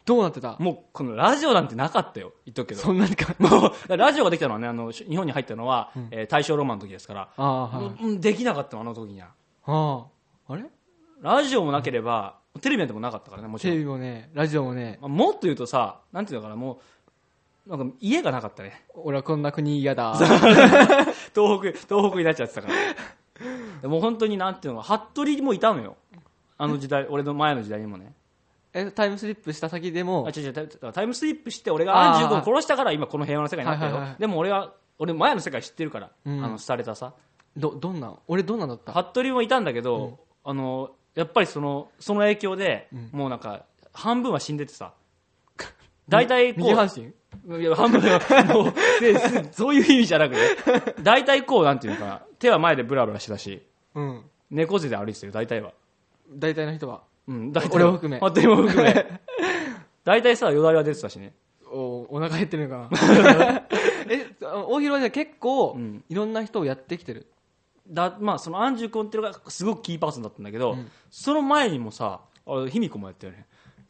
どうなってた？ もうこのラジオなんてなかったよ、言っとくけど。 そんなにか。 もうラジオができたのはね、あの日本に入ったのは、 うんえー大正ロマンの時ですから、 ああ、はい。 うん、できなかったの、あの時には。 ああ。あれラジオもなければ、テレビなんてもなかったからね、もちテろん。 レビもね、ラジオもね、 まあ、もっと言うとさ、なんていうのかな、もう、なんか家がなかったね。 俺はこんな国嫌だ。 東北、東北になっちゃってたから。でもう本当になんていうのか、服部もいたのよ。あの時代、俺の前の時代にもね。 え、タイムスリップした先でも、 あ、違う違う、タイタイムスリップして俺がアンジュ君を殺したから今この平和な世界になったよ。 はいはいはいでも俺は、俺前の世界知ってるから、 うんあの、廃れたさ。 ど、どんな、俺どんなだった服部もいたんだけど、あの、やっぱりその、その影響で、 うんもうなんか、半分は死んでてさ。大体こう、 右半身いや、半分は、もう、ですそういう意味じゃなくて、大体こう、なんていうのかな、手は前でブラブラしてたし、 うん。 猫背で歩いてたよ、大体は。 大体の人は。 うん、大体俺を含め服部も含め。大体さ、よだれは出てたしね。 お、お腹減ってるのかな。え、大広はじゃあ結構、 うんいろんな人をやってきてる。 だまあ、そのアンジュ君っていうのがすごくキーパーソンだったんだけど、 うんその前にもさ、あ卑弥呼もやったよね。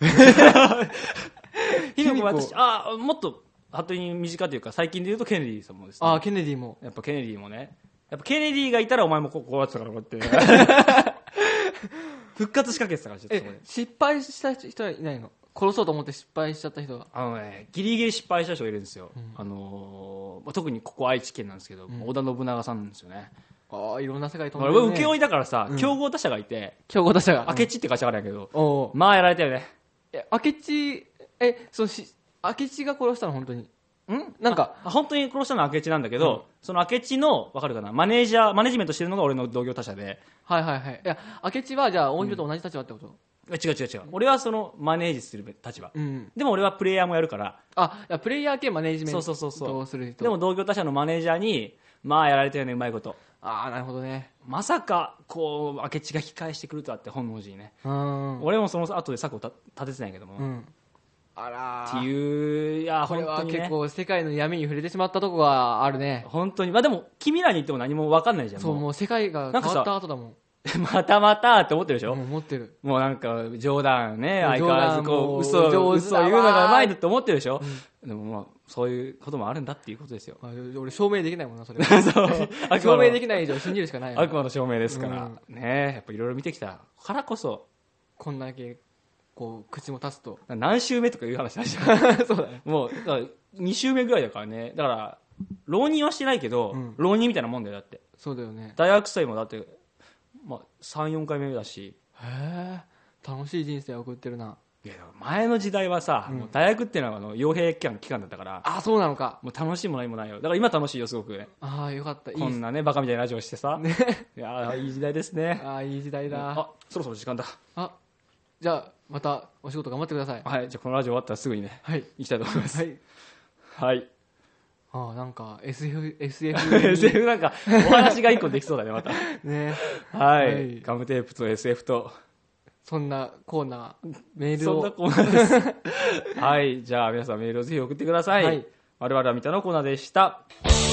卑弥呼もやったし、あ、もっと、服部に身近というか、最近で言うとケネディさんもですね。 ああ、ケネディも。 やっぱケネディもね。やっぱケネディがいたらお前もこうこうやってたから、こうやって。復活しかけてたから、ちょっとそこえで、 失敗した人はいないの？殺そうと思って失敗しちゃった人は。 あのね、ギリギリ失敗した人がいるんですよ。 うんあのーまあ特にここ愛知県なんですけど、 うん織田信長さんなんですよね。 ああ、いろんな世界飛んでる、ね。 俺請負いだからさ、 うん競合他社がいて、 競合他社が。 明智って会社があるんやけど、 うんおうまあやられたよね。 え、明智、え、そのし、明智が殺したの本当に。 んなんかあ本当に殺したのは明智なんだけど、 うんその明智の分かるかな、マネージャーマネジメントしてるのが俺の同業他社で、 はいはいはい。いや、明智はじゃあ大広と同じ立場ってこと？ 違う違う違う、俺はそのマネージする立場、 うん。 でも俺はプレイヤーもやるから、 あ、いやプレイヤー系マネージメントそうそうそうそうをする人。 でも同業他社のマネージャーにまあやられたよね、うまいこと。 ああ、なるほどね。 まさかこう明智が引き返してくるとはって、本能寺にね、 うん。 俺もその後で策をた立ててないけども、っうん。あらーていう、いやこれは本当にね、 結構世界の闇に触れてしまったとこがあるね。 本当に、まあでも君らに言っても何も分かんないじゃん。 そう、 もうもう世界が変わった後だもん。 またまたって思ってるでしょ、 もう持ってる。 もうなんか冗談ね、 もう相変わらずこう嘘冗談も嘘上手だわ言うのがうまいんだって思ってるでしょ、でもまあそういうこともあるんだっていうことですよ。 まあ俺証明できないもんな、それは。 そう悪証魔の明できない以上信じるしかないよ。 悪魔の証明ですから、ね、やっぱいろいろ見てきたからこそ、 こんだけ、こう、口も立つと。 何週目とかいう話だしそうだね。もうだからに週目ぐらいだからね。だから浪人はしてないけど、 うん浪人みたいなもんだよ。だってそうだよね。 大学生もだってまあさん、よんかいめだし、 へえ、楽しい人生を送ってるな。 いや前の時代はさ、 うんもう大学っていうのはあの傭兵期間期間だったから、 あ、そうなのか。 もう楽しいも何もないよ。だから今楽しいよ、すごくね。 ああ、よかった。いいこんなねバカみたいなラジオしてさ、 ね。 いやーいい時代ですね。 ああ、いい時代だ。 あ、そろそろ時間だ。 あ、じゃあ、またお仕事頑張ってください。 はい、じゃあこのラジオ終わったらすぐにねはい。 行きたいと思います。 はい。 はい。 ああ、なんか エスエフ、エスエフエスエフ なんかお話が一個できそうだねまた。 ね。 はい、 はいガムテープと エスエフ とそんなコーナー、メールを。 そんなコーナーですはい、じゃあ皆さんメールをぜひ送ってください。 はい我々は見たのコーナーでした。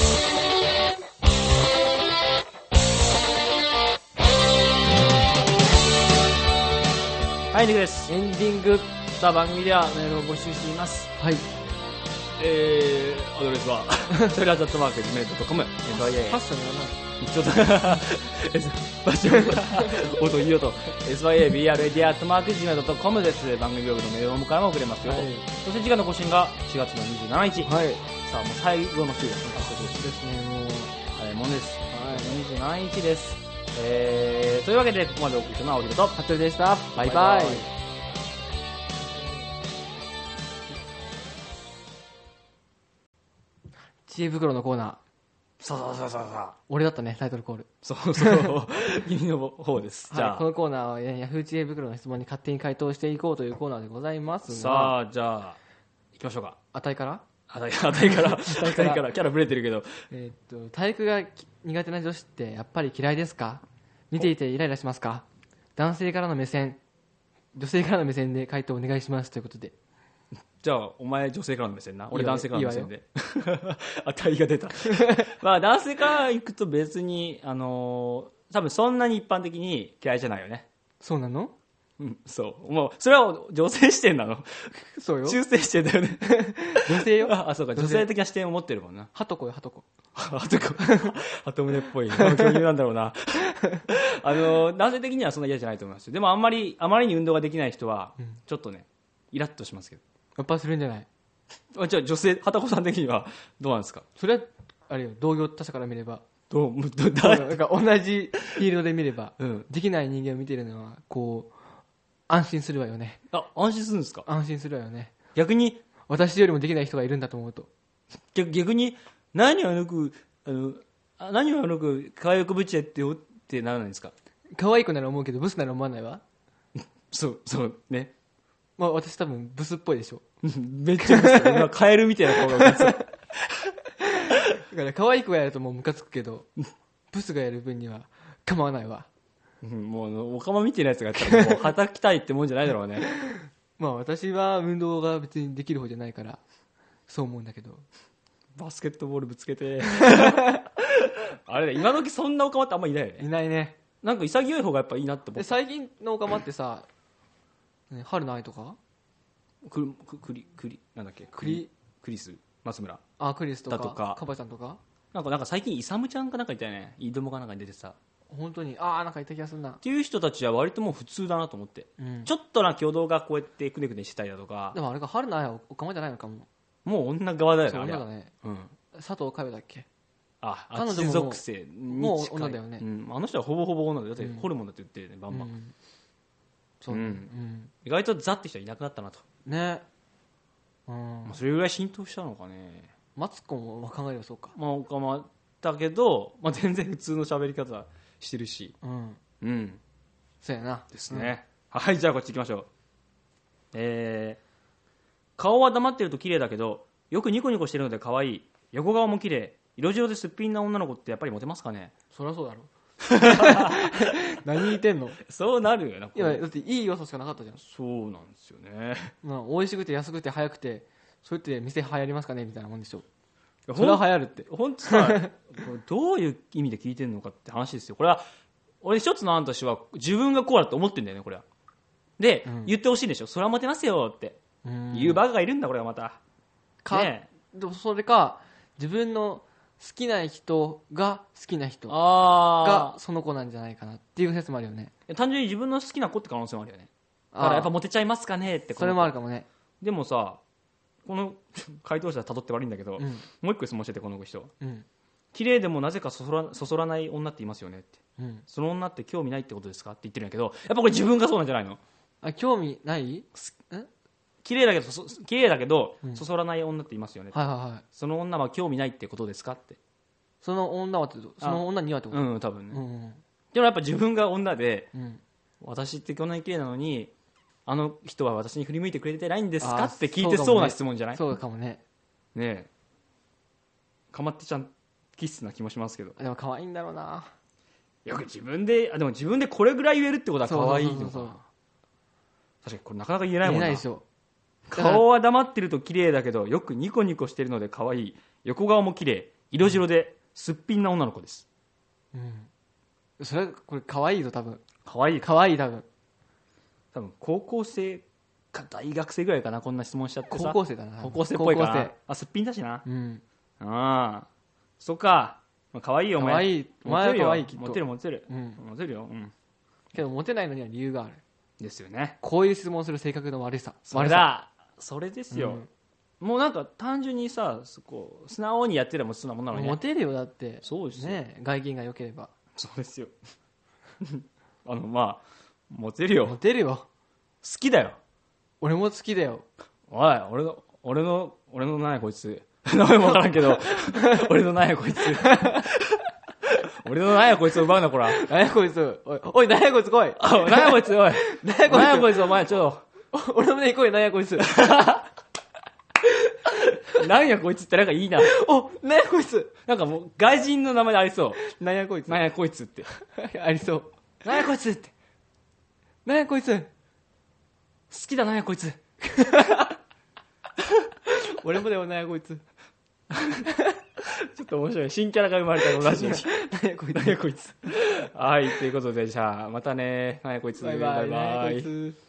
はい、ニクです。 エンディング。 さあ番組ではメールを募集しています。 はい。 えー、アドレスはトイラーザットマークジメルドットコム、 エスワイエーファッションやちょっと場所音いいよと エスワイエービーアールエーディー アットマークジメルドットコム です。番組ブログのメールを迎えも送れますよ、 はいそして次回の更新がしがつのにじゅうしちにち、 な。はい。 さあもう最後の週ですね。 ですね、もう。 早いもんです。 はいにじゅうしちにちです。えー、というわけでここまでお送りしたのはおひろと服部でした。バイバイ。 バイバイ知恵袋のコーナー。 そうそうそうそう俺だったね、タイトルコール。 そうそう君の方です。じゃあ、 はい、このコーナーはヤフー知恵袋の質問に勝手に回答していこうというコーナーでございますが、 さあじゃあ行きましょうか。 あたいからあたいあたいからあたいからからキャラブレてるけど、 えーっと、体育がき苦手な女子ってやっぱり嫌いですか？見ていてイライラしますか？男性からの目線、女性からの目線で回答お願いしますということで。 じゃあお前女性からの目線な、俺いいわ男性からの目線であたいが出たまあ男性から行くと別にあのー多分そんなに一般的に嫌いじゃないよね。 そうなの？ うん、そう。もう、それは女性視点なの。 そうよ。 中性視点だよね。 女性よ。 あ、そうか、女性的な視点を持ってるもんな。 はとこよ、はとこ。 はとこ。はと胸っぽい。共有なんだろうな。あの、男性的にはそんな嫌じゃないと思いますよ。でもあんまり、あまりに運動ができない人は、ちょっとね、イラッとしますけど。 やっぱするんじゃない？ あ、じゃあ女性、はたこさん的にはどうなんですか？ それは、あれよ、同業他社から見れば。 どう、どだなんか同じフィールドで見れば、 うん、 できない人間を見てるのは、こう、安心するわよね。 あ、安心するんですか？ 安心するわよね。 逆に、 私よりもできない人がいるんだと思うと。 逆逆に、何をあの子、あの、あ何をあの子、可愛くぶっちゃってよってならないんですか？ 可愛い子なら思うけど、ブスなら思わないわ。 そう、そう、ね。 まあ私多分ブスっぽいでしょ。 めっちゃブス。今、カエルみたいな顔が浮かんでた。 だから可愛い子がやるともうムカつくけど、ブスがやる分には構わないわ。 うん、もうおかまみたいなやつがやったらもうはたきたいってもんじゃないだろうね。 まあ私は運動が別にできる方じゃないからそう思うんだけど、 バスケットボールぶつけてあれ今時そんなおかまってあんまいないよね。 いないね。 なんか潔い方がやっぱいいなって思う。 最近のおかまってさ、ね、春の愛とかくくくりくりなんだっけクリクリス松村あクリスとかだとかカバちゃんとかなんかなんか最近イサムちゃんかなんかいたよね。イドモかなんかに出てさ。 本当にああなんかいた気がするなっていう人たちは割ともう普通だなと思って、 うん、 ちょっとな挙動がこうやってくねくねしたりだとか。 でもあれが春の愛はおかまじゃないのかも。 もう女側だよね。 そう女だね、 うん、 佐藤佳代だっけ。 ああっち属性に近い。 もう女だよね、 うん、あの人はほぼほぼ女だよ。だってホルモンだって言ってるねバンバン、うん、 そう、うんうん、 意外とザって人はいなくなったなとね、うん、 まあ、それぐらい浸透したのかね。 マツコも考えればそうか。 まあおかまだけど、まあ、全然普通の喋り方してるし、 うんうん、 そうやなですね、うん、はい。じゃあこっち行きましょう。えー、顔は黙ってると綺麗だけどよくニコニコしてるので可愛い。横顔も綺麗。色白ですっぴんな女の子ってやっぱりモテますかね？ そりゃそうだろ何言ってんの。 そうなるよな。 いやだっていい要素しかなかったじゃん。 そうなんですよね、 まあ、美味しくて安くて早くてそうやって店流行りますかねみたいなもんでしょ。それは流行るって本当さどういう意味で聞いてるのかって話ですよ。これは俺一つの案としては自分がこうだと思ってんだよねこれは。で、うん、言ってほしいんでしょ。それはモテますよって言うバカがいるんだこれはまたか、ね、でもそれか自分の好きな人が好きな人がその子なんじゃないかなっていう説もあるよね。 単純に自分の好きな子って可能性もあるよね。だからやっぱモテちゃいますかねって。 それもあるかもね。 でもさこの回答者たどって悪いんだけど、うん、もう一個質問しててこの人、うん、綺麗でもなぜかそそら、そそらない女っていますよねって、うん、その女って興味ないってことですかって言ってるんだけど、やっぱこれ自分がそうなんじゃないの？ あ興味ない？ 綺麗だけどそ綺麗だけど、うん、そそらない女っていますよねって、 はいはいはい、 その女は興味ないってことですかって。 その女はってその女にはってこと？ うん多分ね、うんうん、でもやっぱ自分が女で、うん、私ってこんなに綺麗なのにあの人は私に振り向いてくれてないんですかって聞いてそうな質問じゃない？ そうかもね。 ねえかまってちゃん気質な気もしますけど。 でも可愛いんだろうな。 よく自分であでも自分でこれぐらい言えるってことは可愛いのか。そうそうそうそう、確かにこれなかなか言えないもんな。 言えないでしょ。 顔は黙ってると綺麗だけどよくニコニコしてるので可愛い。横顔も綺麗。色白ですっぴんな女の子です、 うん、それこれ可愛いぞ多分。 可愛い可愛い多分多分高校生か大学生ぐらいかなこんな質問しちゃってさ。 高校生だな。 高校生っぽいかな。あすっぴんだしな、うん、ああそっか、まあ、可愛いよお前。 可愛いお前は可愛いきっと。 モテるモテる、 うん、 モテるよ、うん、 けどモテないのには理由があるですよね。 こういう質問する性格の悪さ。 それだそれですよ、うん、もうなんか単純にさこう素直にやってればそんなもんなのに、ね、 モテるよだって。 そうですよね、外見が良ければ。 そうですよあのまあモテるよ。 モテるよ。 好きだよ。 俺も好きだよ。 おい俺の俺の俺のなんやこいつ名前もわからんけど俺のなんやこいつ俺のなんやこいつを奪うなこら。 なんやこいつおいおいなんやこいつ来い。 なんやこいつおいなんやこいつお前ちょ俺の胸に来い。なんやこいつなんやこいつってなんかいいな。 おなんやこいつなんかもう外人の名前でありそう。 なんやこいつなんやこいつってありそう。 なんやこいつってなんやこいつ好きだなんやこいつ俺もだよなんやこいつちょっと面白い。新キャラが生まれたのラジオ。 何やこいつ。 何やこいつ。はい、ということで、じゃあ、またね。何やこいつ。 バイバイ。 バイバイ。 何やこいつ。